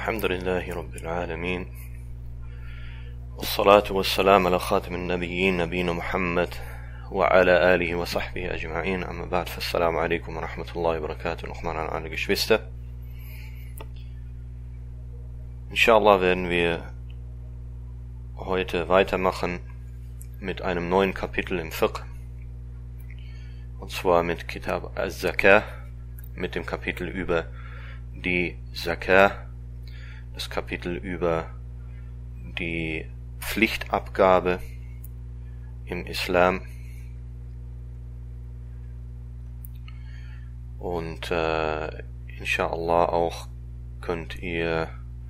الحمد لله رب العالمين والصلاة والسلام على خاتم النبيين نبينا محمد وعلى آله وصحبه أجمعين. أما بعد, فالسلام عليكم ورحمة الله وبركاته. Nochmal an alle Geschwister. Inshallah werden wir heute weitermachen mit einem neuen Kapitel im Fiqh. Und zwar mit Kitab al-Zakah, mit dem Kapitel über die Zakah, das Kapitel über die Pflichtabgabe im Islam. Und inshallah auch könnt ihr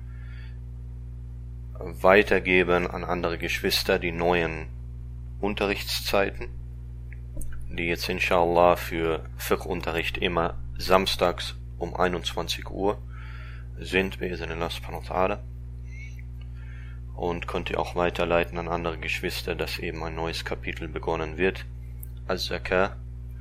weitergeben an andere Geschwister die neuen Unterrichtszeiten, die jetzt inshallah für Fiqh-Unterricht immer samstags um 21 Uhr sind, bi'idhnillah subhanahu wa ta'ala. Und könnt ihr auch weiterleiten an andere Geschwister, dass eben ein neues Kapitel begonnen wird, al-Zakah.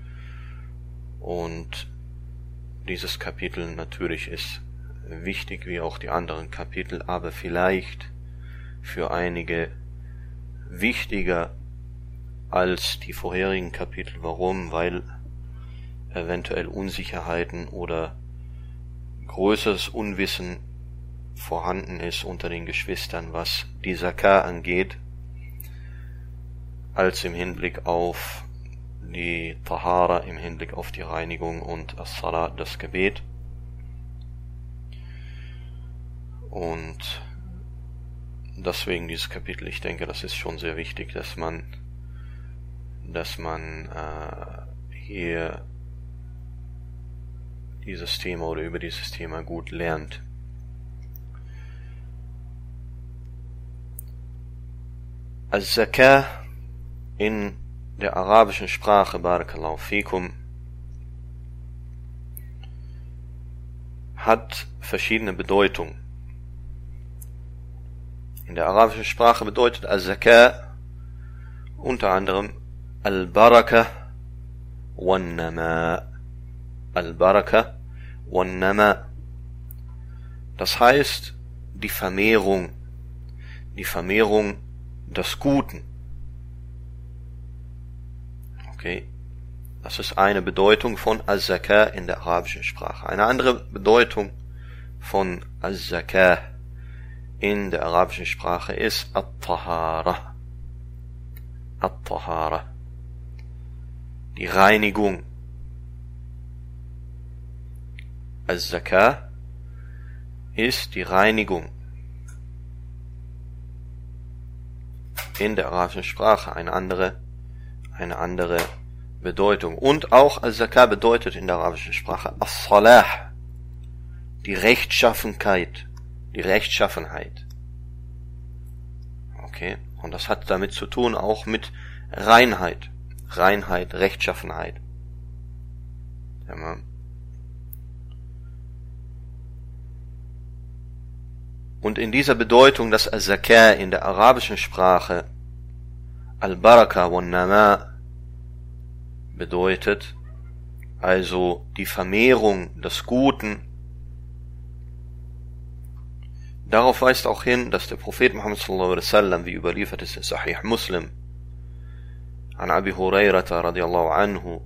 Und dieses Kapitel natürlich ist wichtig wie auch die anderen Kapitel, aber vielleicht für einige wichtiger als die vorherigen Kapitel. Warum? Weil eventuell Unsicherheiten oder größeres Unwissen vorhanden ist unter den Geschwistern, was die Zakah angeht, als im Hinblick auf die Tahara, im Hinblick auf die Reinigung und As-Salat, das Gebet. Und deswegen dieses Kapitel, ich denke, das ist schon sehr wichtig, dass man hier dieses Thema oder über dieses Thema gut lernt. Al-Zakah in der arabischen Sprache, Barakallahu fikum, hat verschiedene Bedeutungen. In der arabischen Sprache bedeutet Al-Zakah unter anderem Al-Baraka wan-Nama. Al-Baraka wan-Nama. Das heißt, die Vermehrung des Guten. Okay. Das ist eine Bedeutung von Al-Zakah in der arabischen Sprache. Eine andere Bedeutung von Al-Zakah in der arabischen Sprache ist At-Tahara. At-Tahara. Die Reinigung. Al-Zakah ist die Reinigung. In der arabischen Sprache eine andere Bedeutung. Und auch Al-Zakah bedeutet in der arabischen Sprache As-Salah, die Rechtschaffenheit. Okay, und das hat damit zu tun auch mit Reinheit, Rechtschaffenheit. Ja, und in dieser Bedeutung, dass Al-Zakah in der arabischen Sprache Al-Baraka wan-Nama bedeutet, also die Vermehrung des Guten, darauf weist auch hin, dass der Prophet Muhammad sallallahu alaihi wasallam, wie überliefert ist in Sahih Muslim, an Abi Hurairata radiyallahu anhu,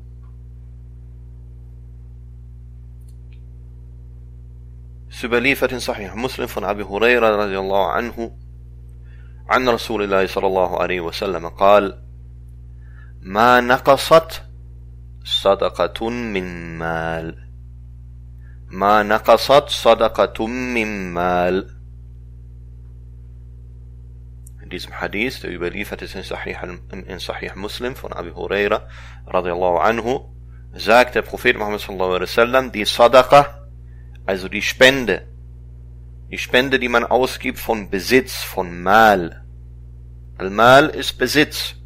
es überliefert in Sahih Muslim von Abi Huraira radiyallahu anhu عن رسول الله صلى الله عليه وسلم قال ما نقصت صدقة من مال ما نقصت صدقة من مال. In diesem Hadith, der überliefert ist in Sahih Muslim von Abi Huraira radiyallahu anhu, sagt der Prophet Muhammad sallallahu alaihi wasallam, die Sadaqa, also die Spende, die man ausgibt von Besitz, von Mal. Al-Mal ist Besitz.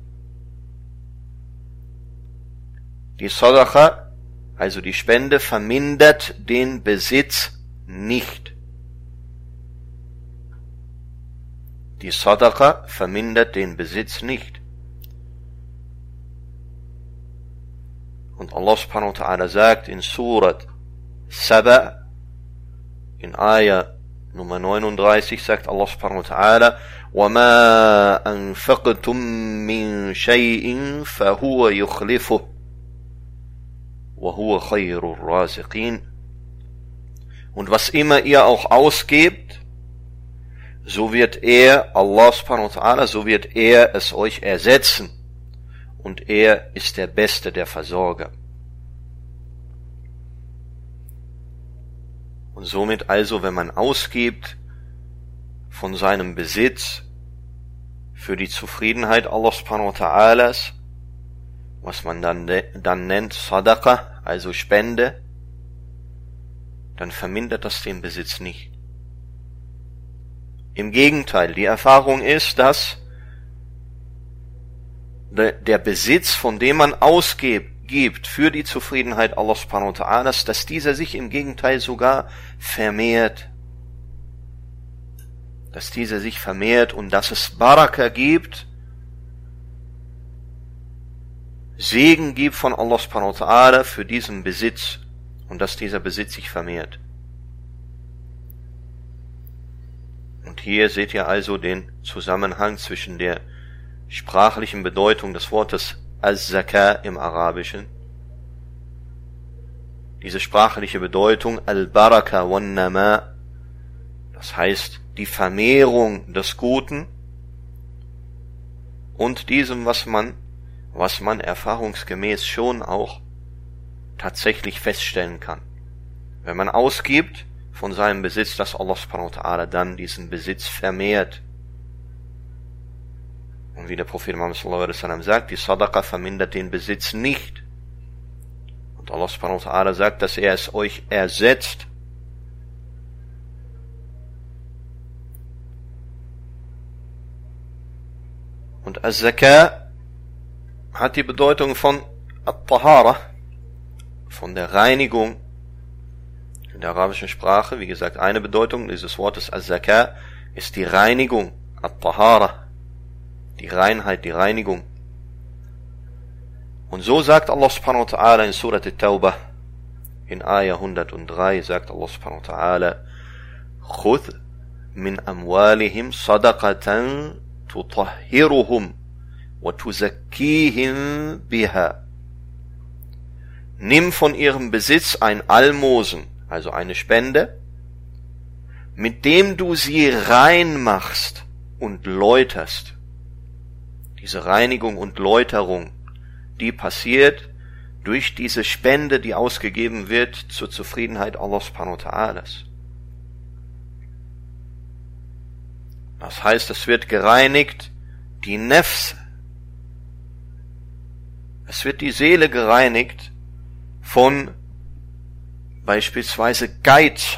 Die Sadaqa, also die Spende, vermindert den Besitz nicht. Die Sadaqa vermindert den Besitz nicht. Und Allah subhanahu wa ta'ala sagt in Surat Saba, in Ayah Nummer 39 sagt Allah subhanahu wa ta'ala: وَمَا أَنفَقْتُم مِّن شَيْءٍ فَهُوَ يُخْلِفُهُ وَهُوَ خَيْرُ الرَّازِقِينَ. Und was immer ihr auch ausgebt, so wird er, Allah subhanahu wa ta'ala, so wird er es euch ersetzen. Und er ist der Beste der Versorger. Und somit also, wenn man ausgibt von seinem Besitz für die Zufriedenheit Allah subhanahu wa ta'alas, was man dann nennt Sadaqa, also Spende, dann vermindert das den Besitz nicht. Im Gegenteil, die Erfahrung ist, dass der Besitz, von dem man ausgibt für die Zufriedenheit Allah subhanahu wa ta'ala, dass dieser sich im Gegenteil sogar vermehrt. Dass dieser sich vermehrt und dass es Baraka gibt, Segen gibt von Allah subhanahu wa ta'ala für diesen Besitz und dass dieser Besitz sich vermehrt. Und hier seht ihr also den Zusammenhang zwischen der sprachlichen Bedeutung des Wortes Al-Zaka im Arabischen. Diese sprachliche Bedeutung Al-Baraka wan-Nama, das heißt die Vermehrung des Guten, und diesem, was man erfahrungsgemäß schon auch tatsächlich feststellen kann. Wenn man ausgibt von seinem Besitz, dass Allah subhanahu wa ta'ala dann diesen Besitz vermehrt. Und wie der Prophet Muhammad sallallahu alaihi wasallam sagt, die Sadaqa vermindert den Besitz nicht. Und Allah subhanahu wa ta'ala sagt, dass er es euch ersetzt. Und Al-Zaka hat die Bedeutung von At-Tahara, von der Reinigung. In der arabischen Sprache, wie gesagt, eine Bedeutung dieses Wortes Al-Zaka ist die Reinigung, At-Tahara, die Reinheit, die Reinigung. Und so sagt Allah subhanahu wa ta'ala in Surat At-Tawbah, in Ayah 103, sagt Allah subhanahu wa ta'ala: خُذْ مِنْ أَمْوَالِهِمْ صَدَقَةً تُطَهِّرُهُمْ وَتُزَكِّيهِمْ بِهَا. Nimm von ihrem Besitz ein Almosen, also eine Spende, mit dem du sie rein machst und läuterst. Diese Reinigung und Läuterung, die passiert durch diese Spende, die ausgegeben wird zur Zufriedenheit Allah subhanahu wa ta'ala. Das heißt, es wird gereinigt, die Nefs, es wird die Seele gereinigt von beispielsweise Geiz.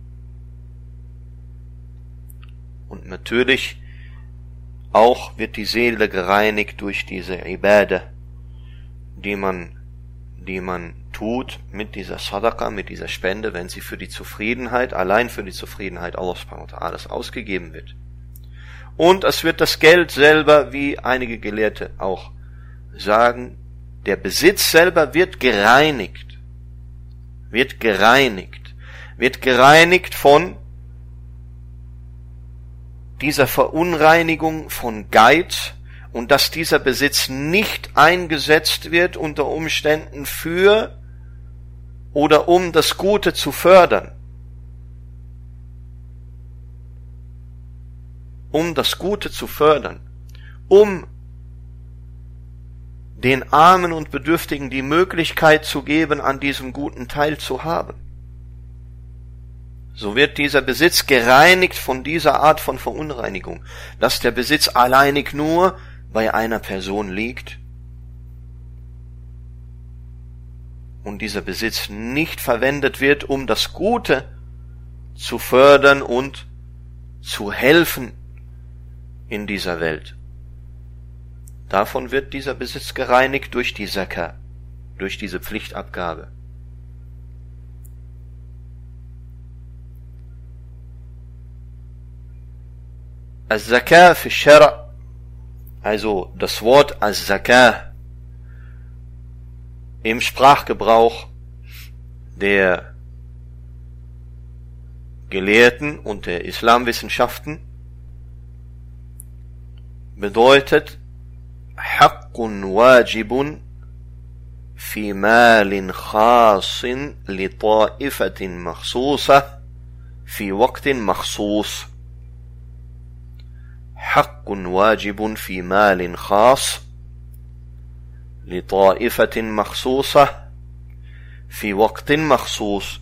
Und natürlich auch wird die Seele gereinigt durch diese Ibadah, die man tut mit dieser Sadaqa, mit dieser Spende, wenn sie für die Zufriedenheit, allein für die Zufriedenheit Allah subhanahu wa ta'ala ausgegeben wird. Und es wird das Geld selber, wie einige Gelehrte auch sagen, der Besitz selber wird gereinigt von dieser Verunreinigung von Geiz, und dass dieser Besitz nicht eingesetzt wird unter Umständen für oder um das Gute zu fördern. Um das Gute zu fördern, um den Armen und Bedürftigen die Möglichkeit zu geben, an diesem Guten teilzuhaben. So wird dieser Besitz gereinigt von dieser Art von Verunreinigung, dass der Besitz alleinig nur bei einer Person liegt und dieser Besitz nicht verwendet wird, um das Gute zu fördern und zu helfen in dieser Welt. Davon wird dieser Besitz gereinigt durch die Zakah, durch diese Pflichtabgabe. Al-Zakah fi Shara', also das Wort Al-Zakah im Sprachgebrauch der Gelehrten und der Islamwissenschaften bedeutet Haqqun wajibun fi malin khasin li ta'ifatin makhsusa fi waqtin makhsus. Haqqun wajibun fi malin khas li ta'ifatin makhsusa fi waqtin makhsus.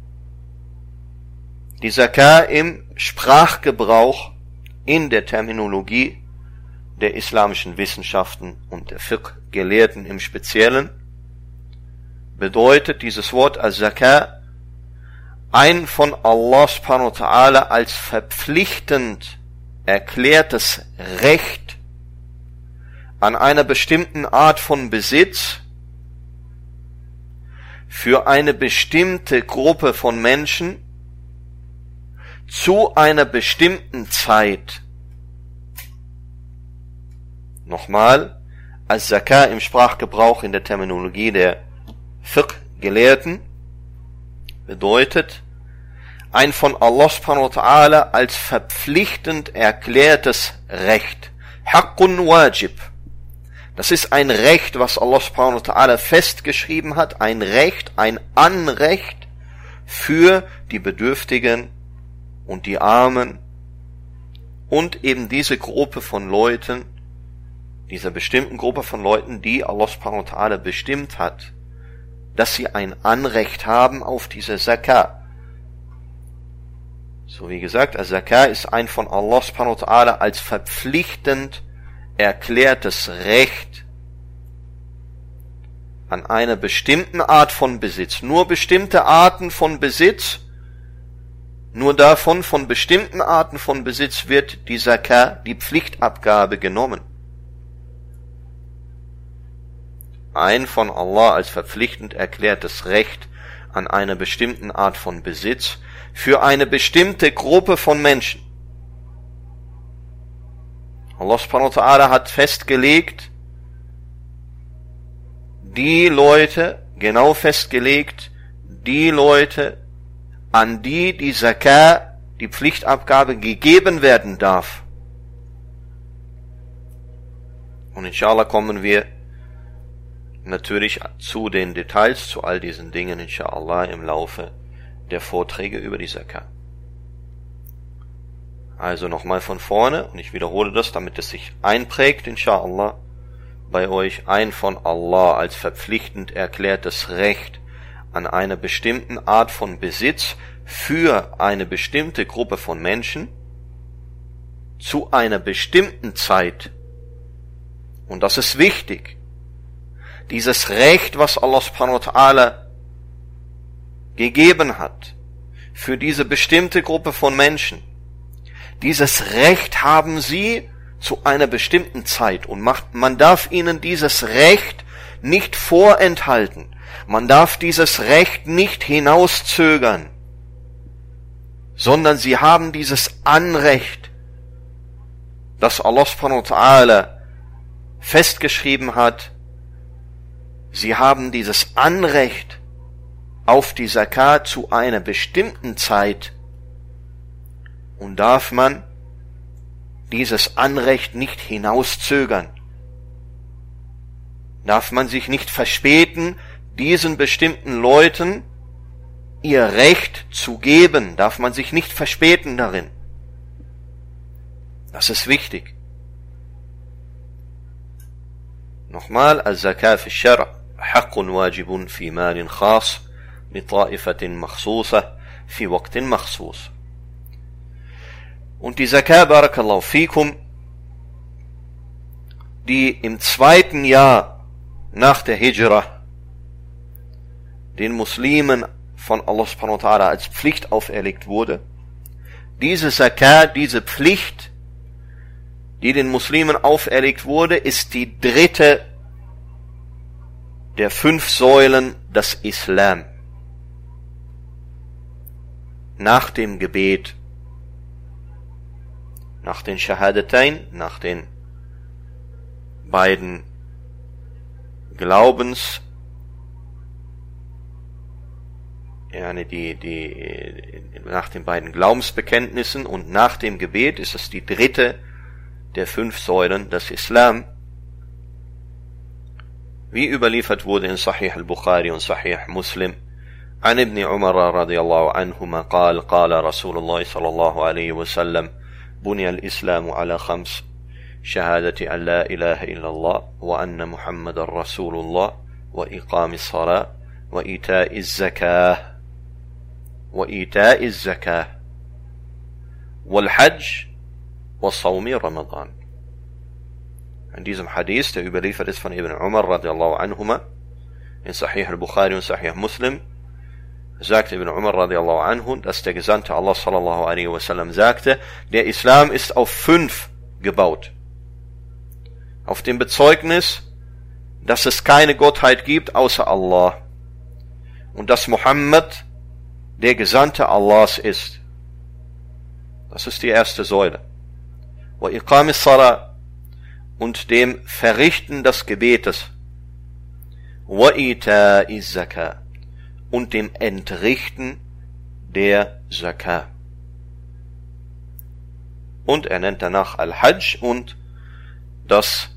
Die Zakah im Sprachgebrauch in der Terminologie der islamischen Wissenschaften und der Fiqh-Gelehrten im Speziellen bedeutet dieses Wort Az-Zakah ein von Allah subhanahu wa ta'ala als verpflichtend erklärtes Recht an einer bestimmten Art von Besitz für eine bestimmte Gruppe von Menschen zu einer bestimmten Zeit. Nochmal, Az-Zakah im Sprachgebrauch in der Terminologie der Fiqh-Gelehrten bedeutet ein von Allah subhanahu wa ta'ala als verpflichtend erklärtes Recht. Haqqun wajib. Das ist ein Recht, was Allah subhanahu wa ta'ala festgeschrieben hat, ein Recht, ein Anrecht für die Bedürftigen und die Armen und eben diese Gruppe von Leuten, dieser bestimmten Gruppe von Leuten, die Allah subhanahu wa ta'ala bestimmt hat, dass sie ein Anrecht haben auf diese Zakah. So wie gesagt, Zakah ist ein von Allah subhanahu wa ta'ala als verpflichtend erklärtes Recht an einer bestimmten Art von Besitz. Nur bestimmte Arten von Besitz, nur davon, von bestimmten Arten von Besitz wird die Zakah, die Pflichtabgabe genommen. Ein von Allah als verpflichtend erklärtes Recht an einer bestimmten Art von Besitz für eine bestimmte Gruppe von Menschen. Allah subhanahu wa ta'ala hat festgelegt, die Leute, an die die Zakah, die Pflichtabgabe gegeben werden darf. Und inshallah kommen wir natürlich zu den Details, zu all diesen Dingen, inshallah, im Laufe der Vorträge über die Zakah. Also nochmal von vorne, und ich wiederhole das, damit es sich einprägt, inshallah, bei euch ein von Allah als verpflichtend erklärtes Recht an einer bestimmten Art von Besitz für eine bestimmte Gruppe von Menschen zu einer bestimmten Zeit. Und das ist wichtig. Dieses Recht, was Allah subhanahu wa ta'ala gegeben hat für diese bestimmte Gruppe von Menschen, dieses Recht haben sie zu einer bestimmten Zeit und man darf ihnen dieses Recht nicht vorenthalten. Man darf dieses Recht nicht hinauszögern, sondern sie haben dieses Anrecht, das Allah subhanahu wa ta'ala festgeschrieben hat. Sie haben dieses Anrecht auf die Zakah zu einer bestimmten Zeit und darf man dieses Anrecht nicht hinauszögern. Darf man sich nicht verspäten, diesen bestimmten Leuten ihr Recht zu geben, darf man sich nicht verspäten darin. Das ist wichtig. Nochmal, Al-Zakah fi Shar' Haqqun wajibun fi malin khas li ta'ifatin makhsusa fi waqtin makhsus. Und die Zakah, barakallahu fikum, die im 2. Jahr nach der Hijra den Muslimen von Allah subhanahu wa ta'ala als Pflicht auferlegt wurde, diese Zakah, diese Pflicht, die den Muslimen auferlegt wurde, ist die 3. der 5 Säulen des Islam. Nach dem Gebet, nach den Shahadatain, nach den beiden nach den beiden Glaubensbekenntnissen und nach dem Gebet ist es die dritte der 5 Säulen des Islam, wie überliefert wurde in Sahih al-Bukhari und Sahih Muslim عن ابن عمر رضي الله عنهما قال قال رسول الله صلى الله عليه وسلم بني الإسلام على 5 شهادة أن لا إله إلا الله وأن محمد رسول الله وإقام الصلاة وإيتاء الزكاة والحج وصوم رمضان. In diesem Hadith, der überliefert ist von Ibn Umar radiallahu anhuma, in Sahih al-Bukhari und Sahih Muslim, sagt Ibn Umar radiallahu anhu, dass der Gesandte Allah sallallahu alaihi wasallam sagte, der Islam ist auf 5 gebaut. Auf dem Bezeugnis, dass es keine Gottheit gibt außer Allah und dass Muhammad der Gesandte Allahs ist. Das ist die erste Säule. Wa iqam as-salat, und dem Verrichten des Gebetes, wa ita'i az-zakah, und dem Entrichten der Zakah. Und er nennt danach Al-Hajj und das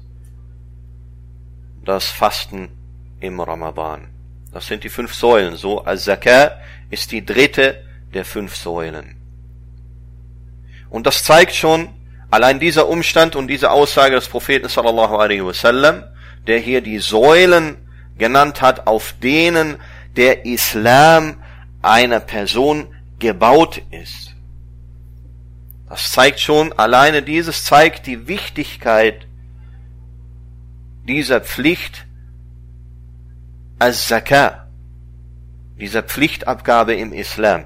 Fasten im Ramadan. Das sind die 5 Säulen. So, Al-Zakah ist die dritte der 5 Säulen. Und das zeigt schon, allein dieser Umstand und diese Aussage des Propheten sallallahu alaihi wasallam, der hier die Säulen genannt hat, auf denen der Islam einer Person gebaut ist. Das zeigt schon, alleine dieses zeigt die Wichtigkeit dieser Pflicht als Zakah, dieser Pflichtabgabe im Islam.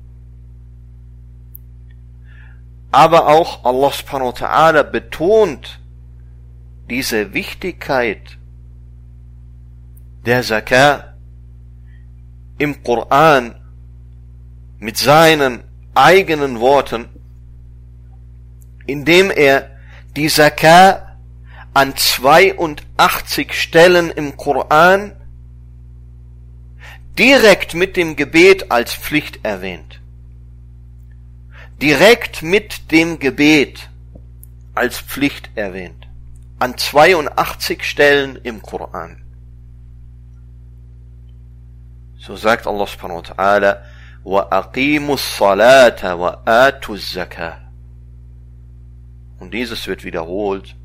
Aber auch Allah subhanahu wa ta'ala betont diese Wichtigkeit der Zakah im Koran mit seinen eigenen Worten, indem er die Zakah an 82 Stellen im Koran direkt mit dem Gebet als Pflicht erwähnt. Direkt mit dem Gebet als Pflicht erwähnt. An 82 Stellen im Koran. So sagt Allah subhanahu wa ta'ala, وَأَقِيمُوا الصَّلَاةَ وَآتُوا الزَّكَاةَ. Und dieses wird wiederholt.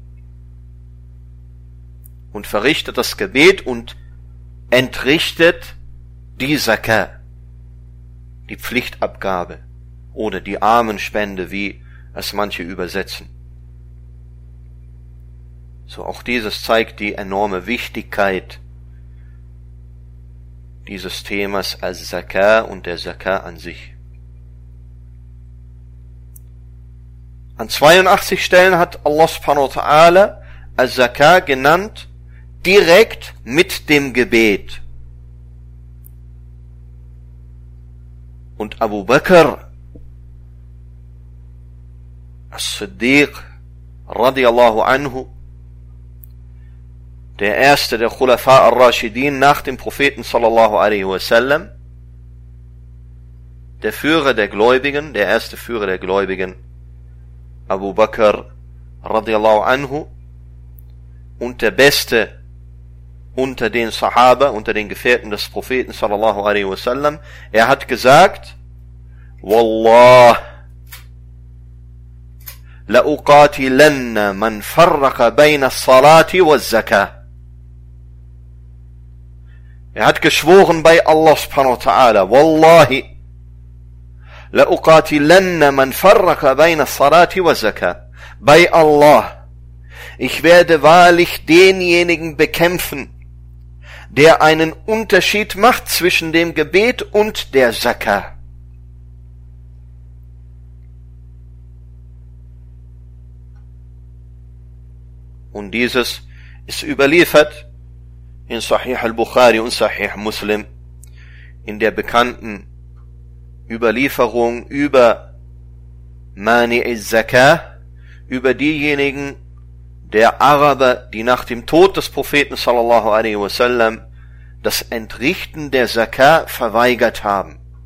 Und verrichtet das Gebet und entrichtet die Zakah, die Pflichtabgabe oder die Armenspende, wie es manche übersetzen. So auch dieses zeigt die enorme Wichtigkeit dieses Themas als Zakah und der Zakah an sich. An 82 Stellen hat Allah subhanahu wa ta'ala als Zakah genannt, direkt mit dem Gebet. Und Abu Bakr as-Siddiq radiyallahu anhu, der erste der Khulafa al-Rashidin nach dem Propheten sallallahu alaihi wasallam, der Führer der Gläubigen, der erste Führer der Gläubigen, Abu Bakr radiyallahu anhu, und der Beste unter den Sahaba, unter den Gefährten des Propheten sallallahu alaihi wasallam, er hat gesagt, Wallah, لأقاتلن من فرق بين الصلاة والزكاة. Er hat geschworen bei Allah subhanahu wa ta'ala, Wallahi, لأقاتلن من فرق بين الصلاة والزكاة. Bei Allah, ich werde wahrlich denjenigen bekämpfen, der einen Unterschied macht zwischen dem Gebet und der Zakah. Und dieses ist überliefert in Sahih al-Bukhari und Sahih Muslim, in der bekannten Überlieferung über Mani'i Zakah, über diejenigen der Araber, die nach dem Tod des Propheten sallallahu alaihi wasallam das Entrichten der Zakah verweigert haben.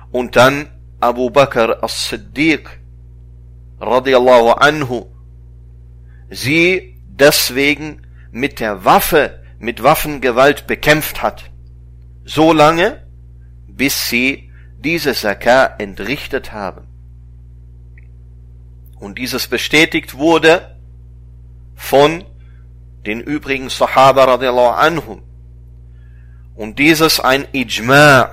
und dann Abu Bakr as-Siddiq radiallahu anhu sie deswegen mit Waffengewalt bekämpft hat, so lange, bis sie diese Zakat entrichtet haben. Und dieses bestätigt wurde von den übrigen Sahaba radiallahu anhum. Und dieses ein Ijma',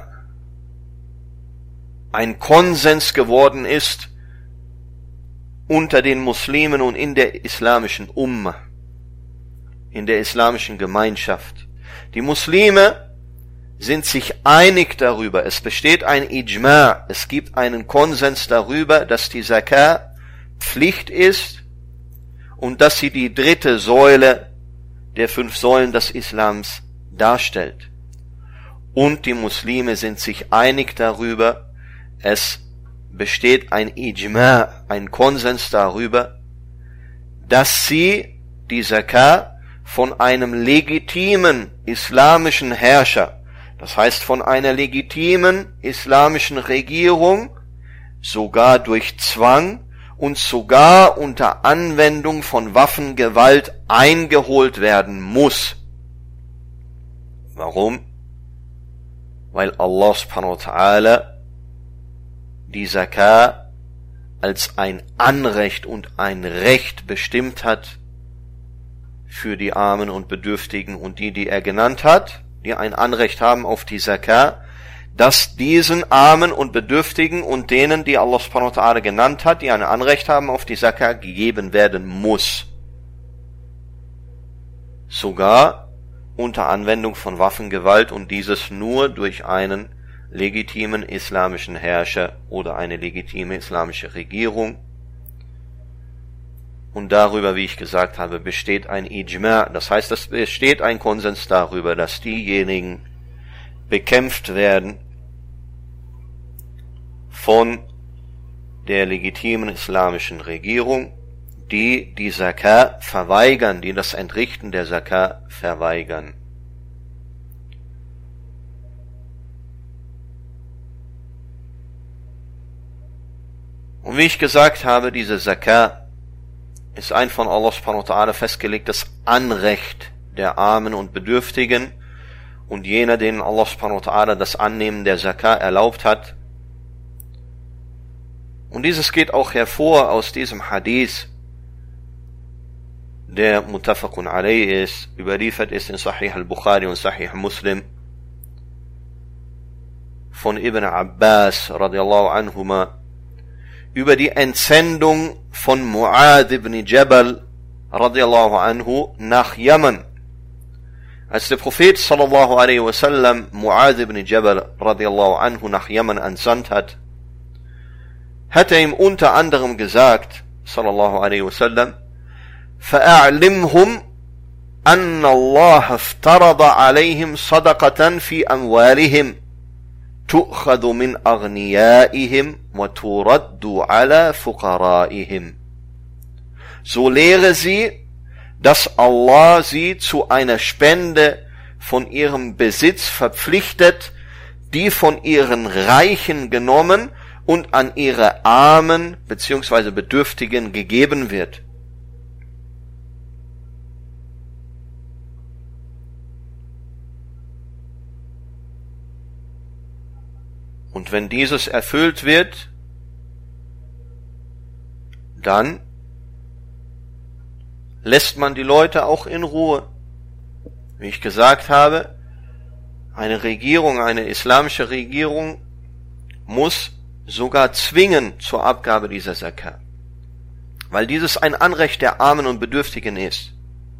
ein Konsens geworden ist unter den Muslimen und in der islamischen Ummah, in der islamischen Gemeinschaft. Die Muslime sind sich einig darüber, es besteht ein Ijma', es gibt einen Konsens darüber, dass die Zakat Pflicht ist und dass sie die dritte Säule der 5 Säulen des Islams darstellt. Und die Muslime sind sich einig darüber, es besteht ein Ijma', ein Konsens darüber, dass sie die Zakat von einem legitimen islamischen Herrscher, das heißt von einer legitimen islamischen Regierung, sogar durch Zwang und sogar unter Anwendung von Waffengewalt eingeholt werden muss. Warum? Weil Allah subhanahu wa ta'ala die Zakat als ein Anrecht und ein Recht bestimmt hat für die Armen und Bedürftigen und die er genannt hat, die ein Anrecht haben auf die Zakat, dass diesen Armen und Bedürftigen und denen, die Allah subhanahu wa ta'ala genannt hat, die ein Anrecht haben auf die Zakat, gegeben werden muss. Sogar unter Anwendung von Waffengewalt und dieses nur durch einen legitimen islamischen Herrscher oder eine legitime islamische Regierung. Und darüber, wie ich gesagt habe, besteht ein Ijma', das heißt, es besteht ein Konsens darüber, dass diejenigen bekämpft werden von der legitimen islamischen Regierung, die die Zakat verweigern, die das Entrichten der Zakat verweigern. Und wie ich gesagt habe, diese Zakat ist ein von Allah subhanahu wa ta'ala festgelegtes Anrecht der Armen und Bedürftigen und jener, denen Allah subhanahu wa ta'ala das Annehmen der Zakat erlaubt hat. Und dieses geht auch hervor aus diesem Hadith, der muttafaqun alayh ist, überliefert ist in Sahih al-Bukhari und Sahih Muslim von Ibn Abbas radiallahu anhuma über die Entsendung von Mu'adh ibn Jabal radiallahu anhu nach Yaman. Als der Prophet sallallahu alaihi wasallam Mu'adh ibn Jabal radiallahu anhu nach Yaman entsandt hat, hat er ihm unter anderem gesagt, sallallahu alaihi wasallam, فَأَعْلِمْهُمْ أَنَّ اللَّهَ افْتَرَضَ عَلَيْهِمْ صَدَقَةً فِي أَمْوَالِهِمْ تُؤْخَذُ مِنْ أَغْنِيَائِهِمْ وَتُرَدُّ عَلَى فُقَرَائِهِمْ. So lehre sie, dass Allah sie zu einer Spende von ihrem Besitz verpflichtet, die von ihren Reichen genommen und an ihre Armen bzw. Bedürftigen gegeben wird. Und wenn dieses erfüllt wird, dann lässt man die Leute auch in Ruhe. Wie ich gesagt habe, eine Regierung, eine islamische Regierung muss sogar zwingen zur Abgabe dieser Zakat, weil dieses ein Anrecht der Armen und Bedürftigen ist.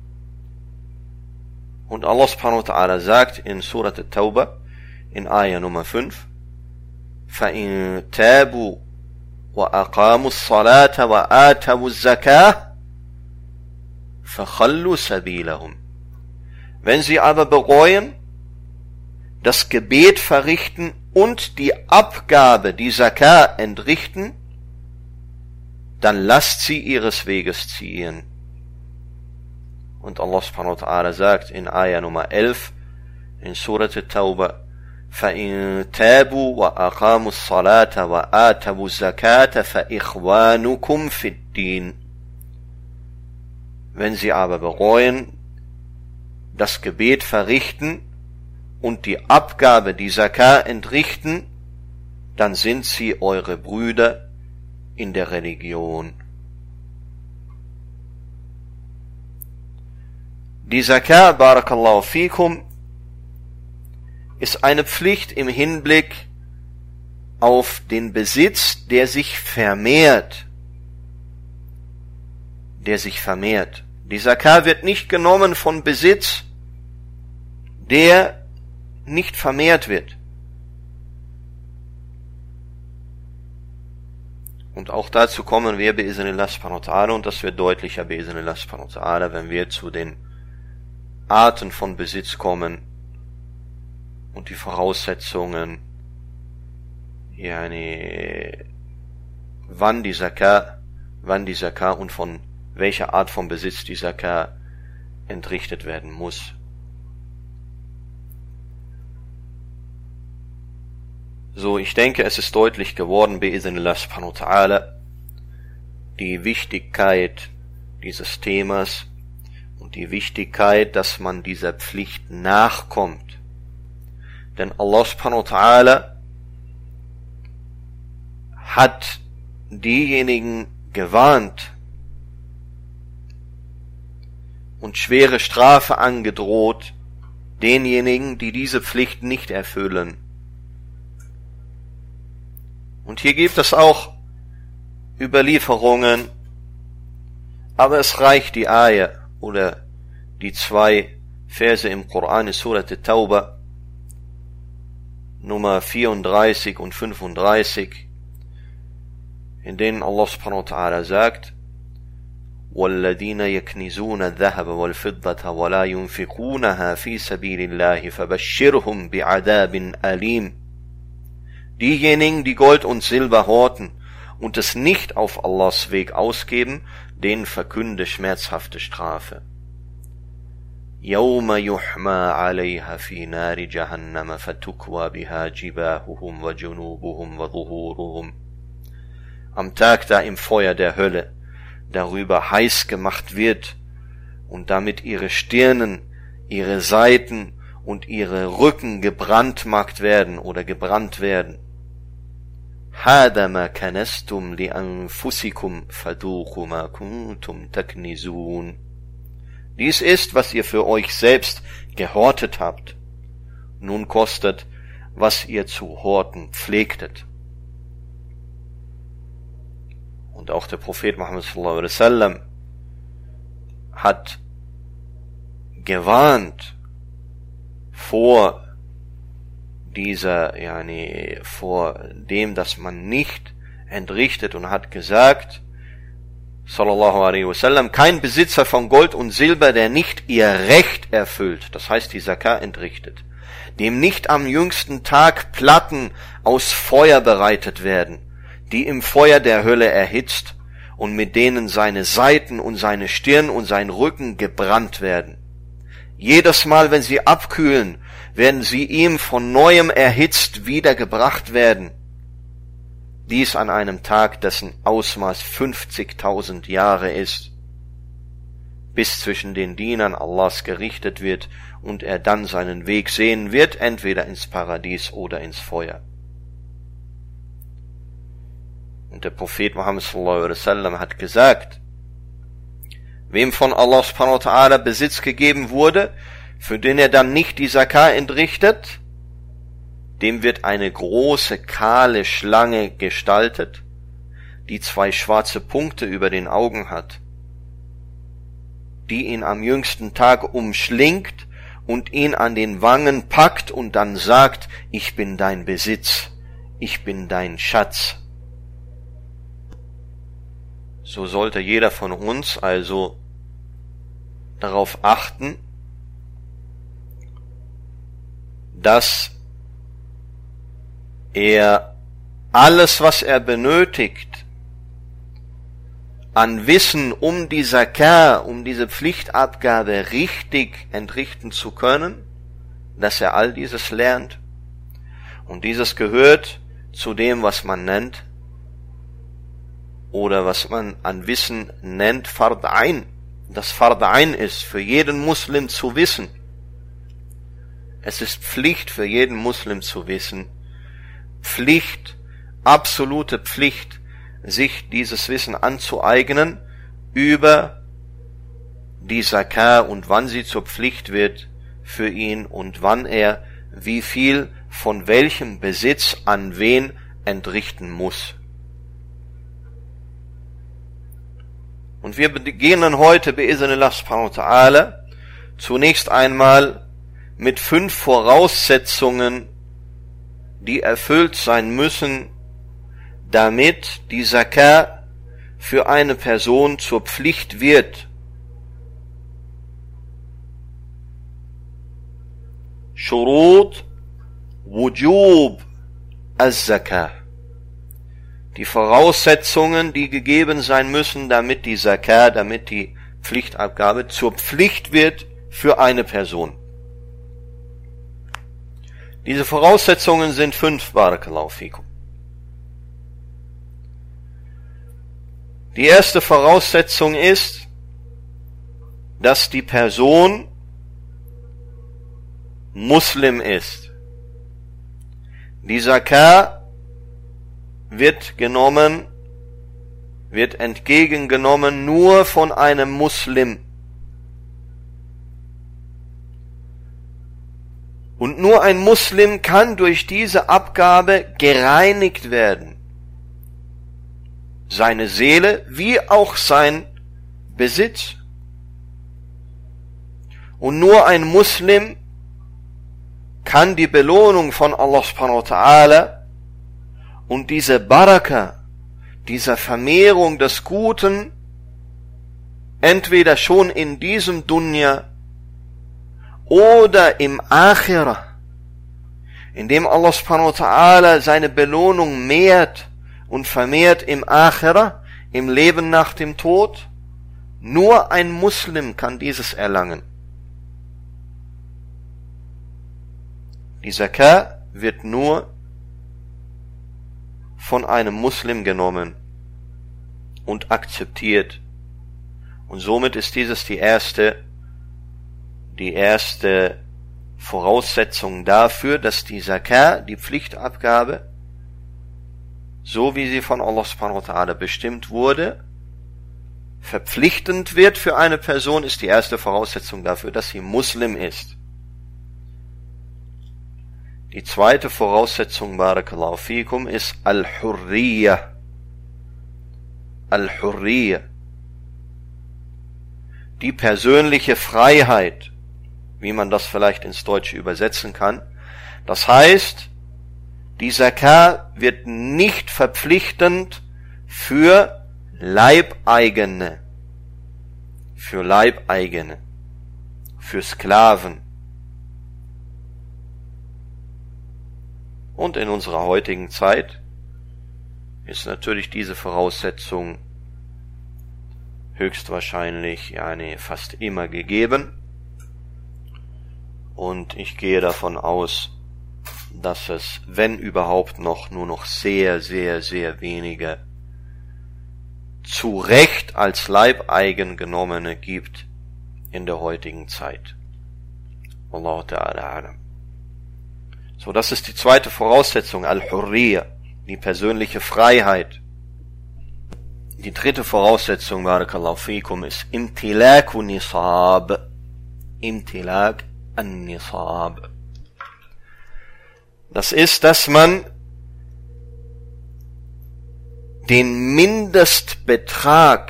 Und Allah subhanahu wa ta'ala sagt in Surat at-Tawbah in Ayah Nummer 5, فَإِن تَابُوا وَأَقَامُوا الصَّلَاةَ وَآتَوُا الزَّكَاةَ فَخَلُّوا سَبِيلَهُمْ. Wenn sie aber bereuen, das Gebet verrichten und die Abgabe, die Zakat entrichten, dann lasst sie ihres Weges ziehen. Und Allah subhanahu wa ta'ala sagt in Ayah Nummer 11 in Surat at-Tawbah, فَإِن تَابُوا وَأَقَامُوا الصَّلَاةَ وَآتَوُا الزَّكَاةَ فَإِخْوَانُكُمْ فِي الدِّينِ. Wenn sie aber bereuen, das Gebet verrichten und die Abgabe, die Zakah entrichten, dann sind sie eure Brüder in der Religion. Die Zakah, Barakallahu fikum, ist eine Pflicht im Hinblick auf den Besitz, der sich vermehrt. Die Zakah wird nicht genommen von Besitz, der nicht vermehrt wird. Und auch dazu kommen wir bi'iznillah subhanahu wa ta'ala, und das wird deutlicher bi'iznillah subhanahu wa ta'ala, wenn wir zu den Arten von Besitz kommen und die Voraussetzungen, wann die Zakah und von welcher Art von Besitz die Zakah entrichtet werden muss. So, ich denke, es ist deutlich geworden, bi'iznillah subhanahu wa ta'ala, die Wichtigkeit dieses Themas und die Wichtigkeit, dass man dieser Pflicht nachkommt. Denn Allah subhanahu wa ta'ala hat diejenigen gewarnt und schwere Strafe angedroht, denjenigen, die diese Pflicht nicht erfüllen. Und hier gibt es auch Überlieferungen, aber es reicht die Ayah oder die 2 Verse im Koran, Surat At-Tauba, Nummer 34 und 35, in denen Allah subhanahu wa ta'ala sagt: وَالَّذِينَ يَكْنِزُونَ الذَّهَبَ وَالْفِضَّةَ وَلَا يُنْفِقُونَهَا فِي سَبِيلِ اللَّهِ فَبَشِّرْهُمْ بِعَذَابٍ أَلِيمٍ. Diejenigen, die Gold und Silber horten und es nicht auf Allahs Weg ausgeben, denen verkünde schmerzhafte Strafe. يَوْمَ يُحْمَى عَلَيْهَا فِي نَارِ جَهَنَّمَ فَتُكْوَى بِهَا جِبَاهُهُمْ وَجُنُوبُهُمْ وَظُهُورُهُمْ. Am Tag, da im Feuer der Hölle darüber heiß gemacht wird und damit ihre Stirnen, ihre Seiten und ihre Rücken gebrandmarkt werden oder gebrannt werden. هَذَا مَا كَنَزْتُمْ لِأَنفُسِكُمْ فَذُوقُوا مَا كُنْتُمْ تَكْنِزُونَ. Dies ist, was ihr für euch selbst gehortet habt. Nun kostet, was ihr zu horten pflegtet. Und auch der Prophet Muhammad sallallahu alaihi wasallam hat gewarnt vor vor dem, dass man nicht entrichtet, und hat gesagt, sallallahu alaihi wasallam, kein Besitzer von Gold und Silber, der nicht ihr Recht erfüllt, das heißt die Zakah entrichtet, dem nicht am jüngsten Tag Platten aus Feuer bereitet werden, die im Feuer der Hölle erhitzt und mit denen seine Seiten und seine Stirn und sein Rücken gebrannt werden. Jedes Mal, wenn sie abkühlen, werden sie ihm von neuem erhitzt wiedergebracht werden. Dies an einem Tag, dessen Ausmaß 50.000 Jahre ist, bis zwischen den Dienern Allahs gerichtet wird und er dann seinen Weg sehen wird, entweder ins Paradies oder ins Feuer. Und der Prophet Muhammad sallallahu alaihi wasallam hat gesagt, wem von Allah subhanahu wa ta'ala Besitz gegeben wurde, für den er dann nicht die Zakah entrichtet, dem wird eine große kahle Schlange gestaltet, die 2 schwarze Punkte über den Augen hat, die ihn am jüngsten Tag umschlingt und ihn an den Wangen packt und dann sagt: Ich bin dein Besitz, ich bin dein Schatz. So sollte jeder von uns also darauf achten, dass er alles, was er benötigt, an Wissen um die Zakah, um diese Pflichtabgabe richtig entrichten zu können, dass er all dieses lernt Und dieses gehört zu dem, was man nennt, oder was man an Wissen nennt, Fard Ain. Das Fard Ain ist für jeden Muslim zu wissen. Es ist Pflicht für jeden Muslim zu wissen. Pflicht, absolute Pflicht, sich dieses Wissen anzueignen über die Zakah und wann sie zur Pflicht wird für ihn und wann er wie viel von welchem Besitz an wen entrichten muss. Und wir beginnen heute bi'idhnillah subhanahu wa ta'ala zunächst einmal mit 5 Voraussetzungen, die erfüllt sein müssen, damit die Zakah für eine Person zur Pflicht wird. Shurut Wujub az-Zakah. Die Voraussetzungen, die gegeben sein müssen, damit die Zakah, damit die Pflichtabgabe zur Pflicht wird für eine Person. Diese Voraussetzungen sind 5, Barakallahu fikum. Die erste Voraussetzung ist, dass die Person Muslim ist. Die Zakah wird entgegengenommen nur von einem Muslim. Und nur ein Muslim kann durch diese Abgabe gereinigt werden. Seine Seele wie auch sein Besitz. Und nur ein Muslim kann die Belohnung von Allah subhanahu wa ta'ala und diese Baraka, dieser Vermehrung des Guten, entweder schon in diesem Dunya oder im Akhirah, indem Allah subhanahu wa ta'ala seine Belohnung mehrt und vermehrt im Akhirah, im Leben nach dem Tod, nur ein Muslim kann dieses erlangen. Die Zakah wird nur von einem Muslim genommen und akzeptiert. Und somit ist dieses die erste Voraussetzung dafür, dass die Zakah, die Pflichtabgabe, so wie sie von Allah subhanahu wa ta'ala bestimmt wurde, verpflichtend wird für eine Person, ist die erste Voraussetzung dafür, dass sie Muslim ist. Die zweite Voraussetzung, Barakallahu fikum, ist Al-Hurriya. Al-Hurriya. Die persönliche Freiheit, wie man das vielleicht ins Deutsche übersetzen kann. Das heißt, die Zakah wird nicht verpflichtend für Leibeigene, für Sklaven. Und in unserer heutigen Zeit ist natürlich diese Voraussetzung höchstwahrscheinlich fast immer gegeben. Und ich gehe davon aus, dass es, wenn überhaupt nur noch sehr, sehr, sehr wenige zu Recht als Leibeigen genommene gibt in der heutigen Zeit. Allahu ta'ala alam. So, das ist die zweite Voraussetzung, Al-Hurriya, die persönliche Freiheit. Die dritte Voraussetzung, Barakallahu fikum, ist Imtilak an-Nisab. Imtilak an-Nisab. Das ist, dass man den Mindestbetrag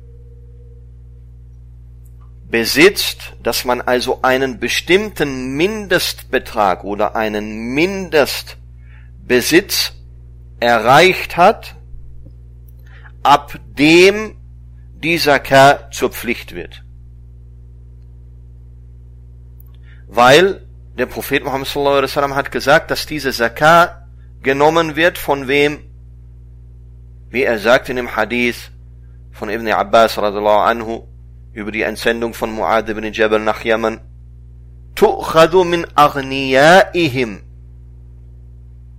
besitzt, dass man also einen bestimmten Mindestbetrag oder einen Mindestbesitz erreicht hat, ab dem die Zakah zur Pflicht wird. Weil der Prophet Muhammad sallallahu alaihi wasallam hat gesagt, dass diese Zakah genommen wird von wem? Wie er sagt in dem Hadith von Ibn Abbas radhiyallahu anhu über die Entsendung von Mu'adh ibn Jabal nach Yaman. Tu'khadu min aghniyaihim.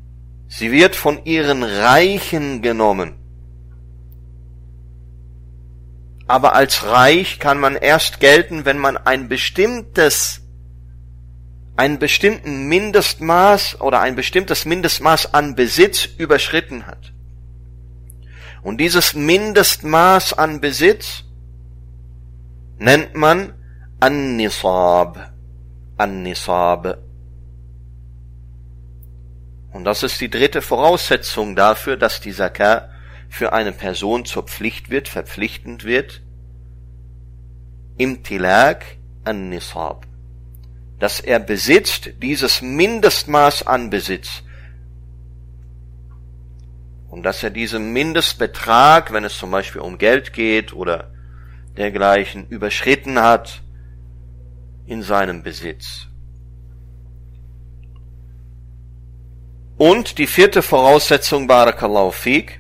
Sie wird von ihren Reichen genommen. Aber als reich kann man erst gelten, wenn man einen bestimmten Mindestmaß oder ein bestimmtes Mindestmaß an Besitz überschritten hat. Und dieses Mindestmaß an Besitz nennt man An-Nisab. An-Nisab. Und das ist die dritte Voraussetzung dafür, dass die Zakat für eine Person zur Pflicht wird, verpflichtend wird. Imtilak An-Nisab. Dass er besitzt dieses Mindestmaß an Besitz. Und dass er diesen Mindestbetrag, wenn es zum Beispiel um Geld geht oder dergleichen, überschritten hat in seinem Besitz. Und die vierte Voraussetzung, Barakallahu Fik,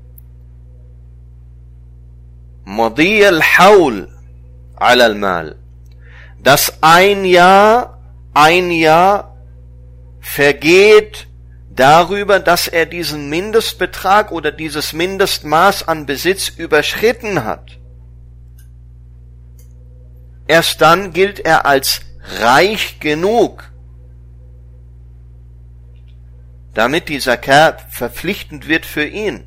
Madi al-Haul ala al-Mal, dass ein Jahr vergeht darüber, dass er diesen Mindestbetrag oder dieses Mindestmaß an Besitz überschritten hat. Erst dann gilt er als reich genug, damit die Zakat verpflichtend wird für ihn.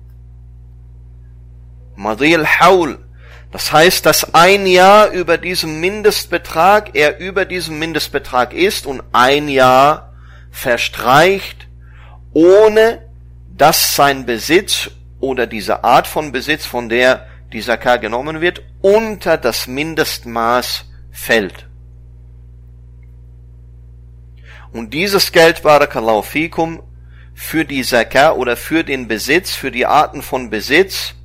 Madi al-Haul, das heißt, dass ein Jahr über diesem Mindestbetrag, er über diesem Mindestbetrag ist und ein Jahr verstreicht, ohne dass sein Besitz oder diese Art von Besitz, von der die Zakat genommen wird, unter das Mindestmaß fällt. Und dieses Geld, Barakallahu Fikum, für die Zakat oder für den Besitz, für die Arten von Besitz,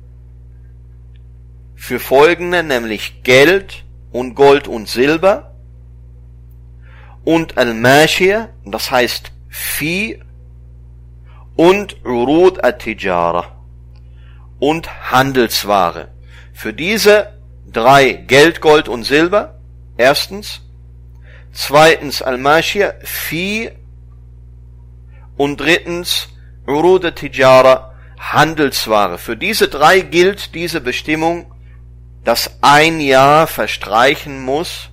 für folgende, nämlich Geld und Gold und Silber und Al-Mashia, das heißt Vieh, und Urud at-Tijara und Handelsware. Für diese drei, Geld, Gold und Silber, erstens, zweitens Al-Mashia, Vieh, und drittens Urud at-Tijara, Handelsware. Für diese drei gilt diese Bestimmung, dass ein Jahr verstreichen muss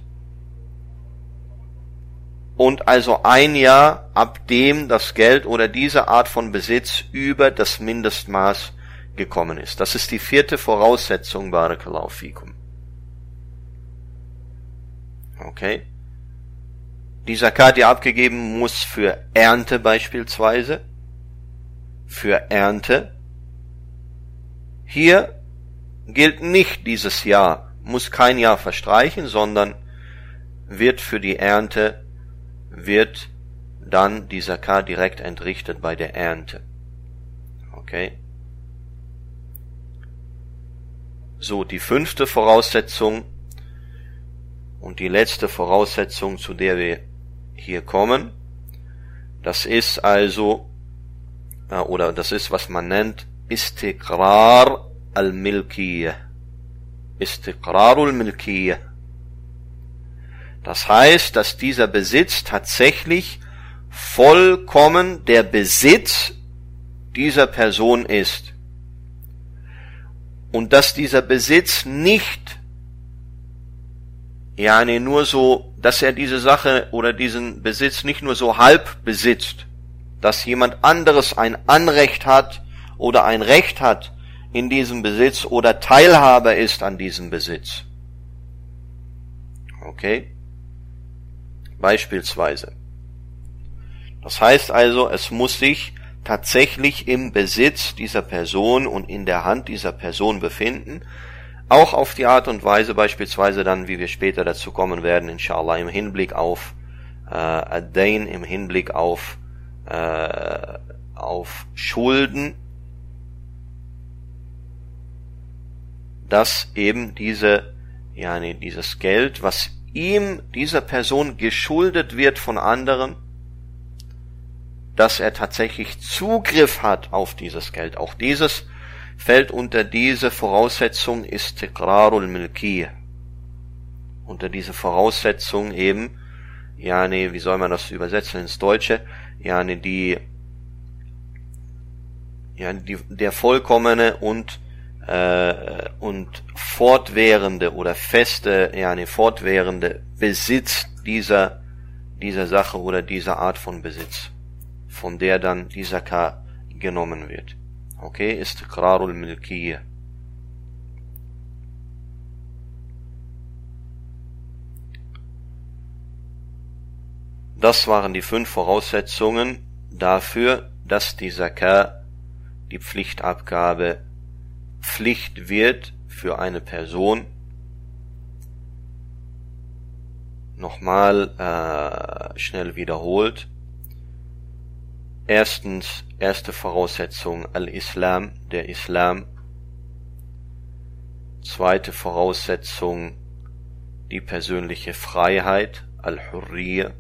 und also ein Jahr, ab dem das Geld oder diese Art von Besitz über das Mindestmaß gekommen ist. Das ist die vierte Voraussetzung, Barakallahu Fikum. Okay. Die Zakat, die abgegeben muss für Ernte beispielsweise. Für Ernte. Hier gilt nicht dieses Jahr, muss kein Jahr verstreichen, sondern wird für die Ernte, wird dann die Zakat direkt entrichtet bei der Ernte. Okay. So, die fünfte Voraussetzung und die letzte Voraussetzung, zu der wir hier kommen, das ist also, oder das ist, was man nennt, Istiqrar al-Milkiyah. Istiqrarul Milkiyah. Das heißt, dass dieser Besitz tatsächlich vollkommen der Besitz dieser Person ist. Und dass dieser Besitz nicht, nur so, dass er diese Sache oder diesen Besitz nicht nur so halb besitzt, dass jemand anderes ein Anrecht hat oder ein Recht hat in diesem Besitz oder Teilhaber ist an diesem Besitz. Okay? Beispielsweise. Das heißt also, es muss sich tatsächlich im Besitz dieser Person und in der Hand dieser Person befinden, auch auf die Art und Weise beispielsweise dann, wie wir später dazu kommen werden, inshallah, im Hinblick auf Ad-Dain, im Hinblick auf Schulden, dass eben dieses Geld, was ihm, dieser Person geschuldet wird von anderen, dass er tatsächlich Zugriff hat auf dieses Geld. Auch dieses fällt unter diese Voraussetzung Istiqrarul Milkiyah. Unter diese Voraussetzung eben, wie soll man das übersetzen ins Deutsche? Die der vollkommene und fortwährende oder feste, fortwährende Besitz dieser Sache oder dieser Art von Besitz, von der dann die Zakat genommen wird. Okay, Istiqrarul Milkiyya. Das waren die 5 Voraussetzungen dafür, dass die Zakat, die Pflichtabgabe, Pflicht wird für eine Person. Nochmal schnell wiederholt. Erstens, erste Voraussetzung Al-Islam, der Islam. Zweite Voraussetzung die persönliche Freiheit, Al-Hurriya.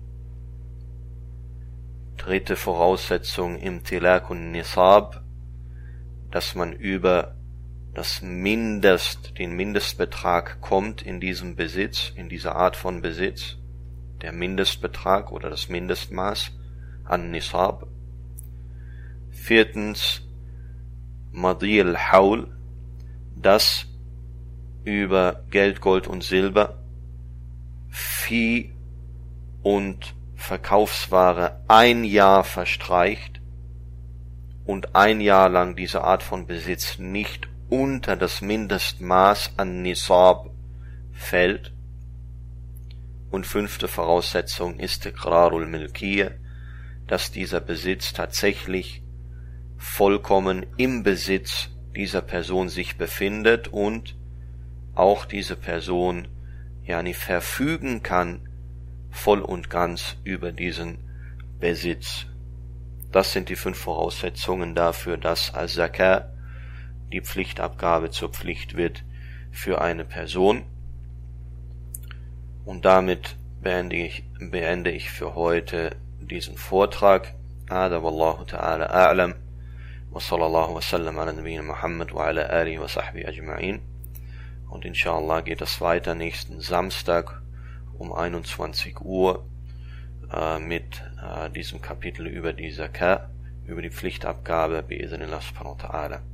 Dritte Voraussetzung Imtilakun Nisab, dass man über den Mindestbetrag kommt in diesem Besitz, in dieser Art von Besitz, der Mindestbetrag oder das Mindestmaß an Nisab. Viertens, Madi al-Haul, dass über Geld, Gold und Silber, Vieh und Verkaufsware 1 Jahr verstreicht und 1 Jahr lang diese Art von Besitz nicht unter das Mindestmaß an Nisab fällt. Und 5. Voraussetzung ist Istiqrarul Milkiyya, dass dieser Besitz tatsächlich vollkommen im Besitz dieser Person sich befindet und auch diese Person verfügen kann voll und ganz über diesen Besitz. Das sind die 5 Voraussetzungen dafür, dass Al-Zakat, die Pflichtabgabe, zur Pflicht wird für eine Person. Und damit beende ich für heute diesen Vortrag. Hada wallahu ta'ala a'lam. Wa sallallahu wa sallam ala nabiyyina Muhammad wa ala alihi wa sahbihi ajma'in. Und inshallah geht es weiter nächsten Samstag um 21 Uhr mit diesem Kapitel über die Zakat, über die Pflichtabgabe, bi'idhnillah subhanahu wa ta'ala.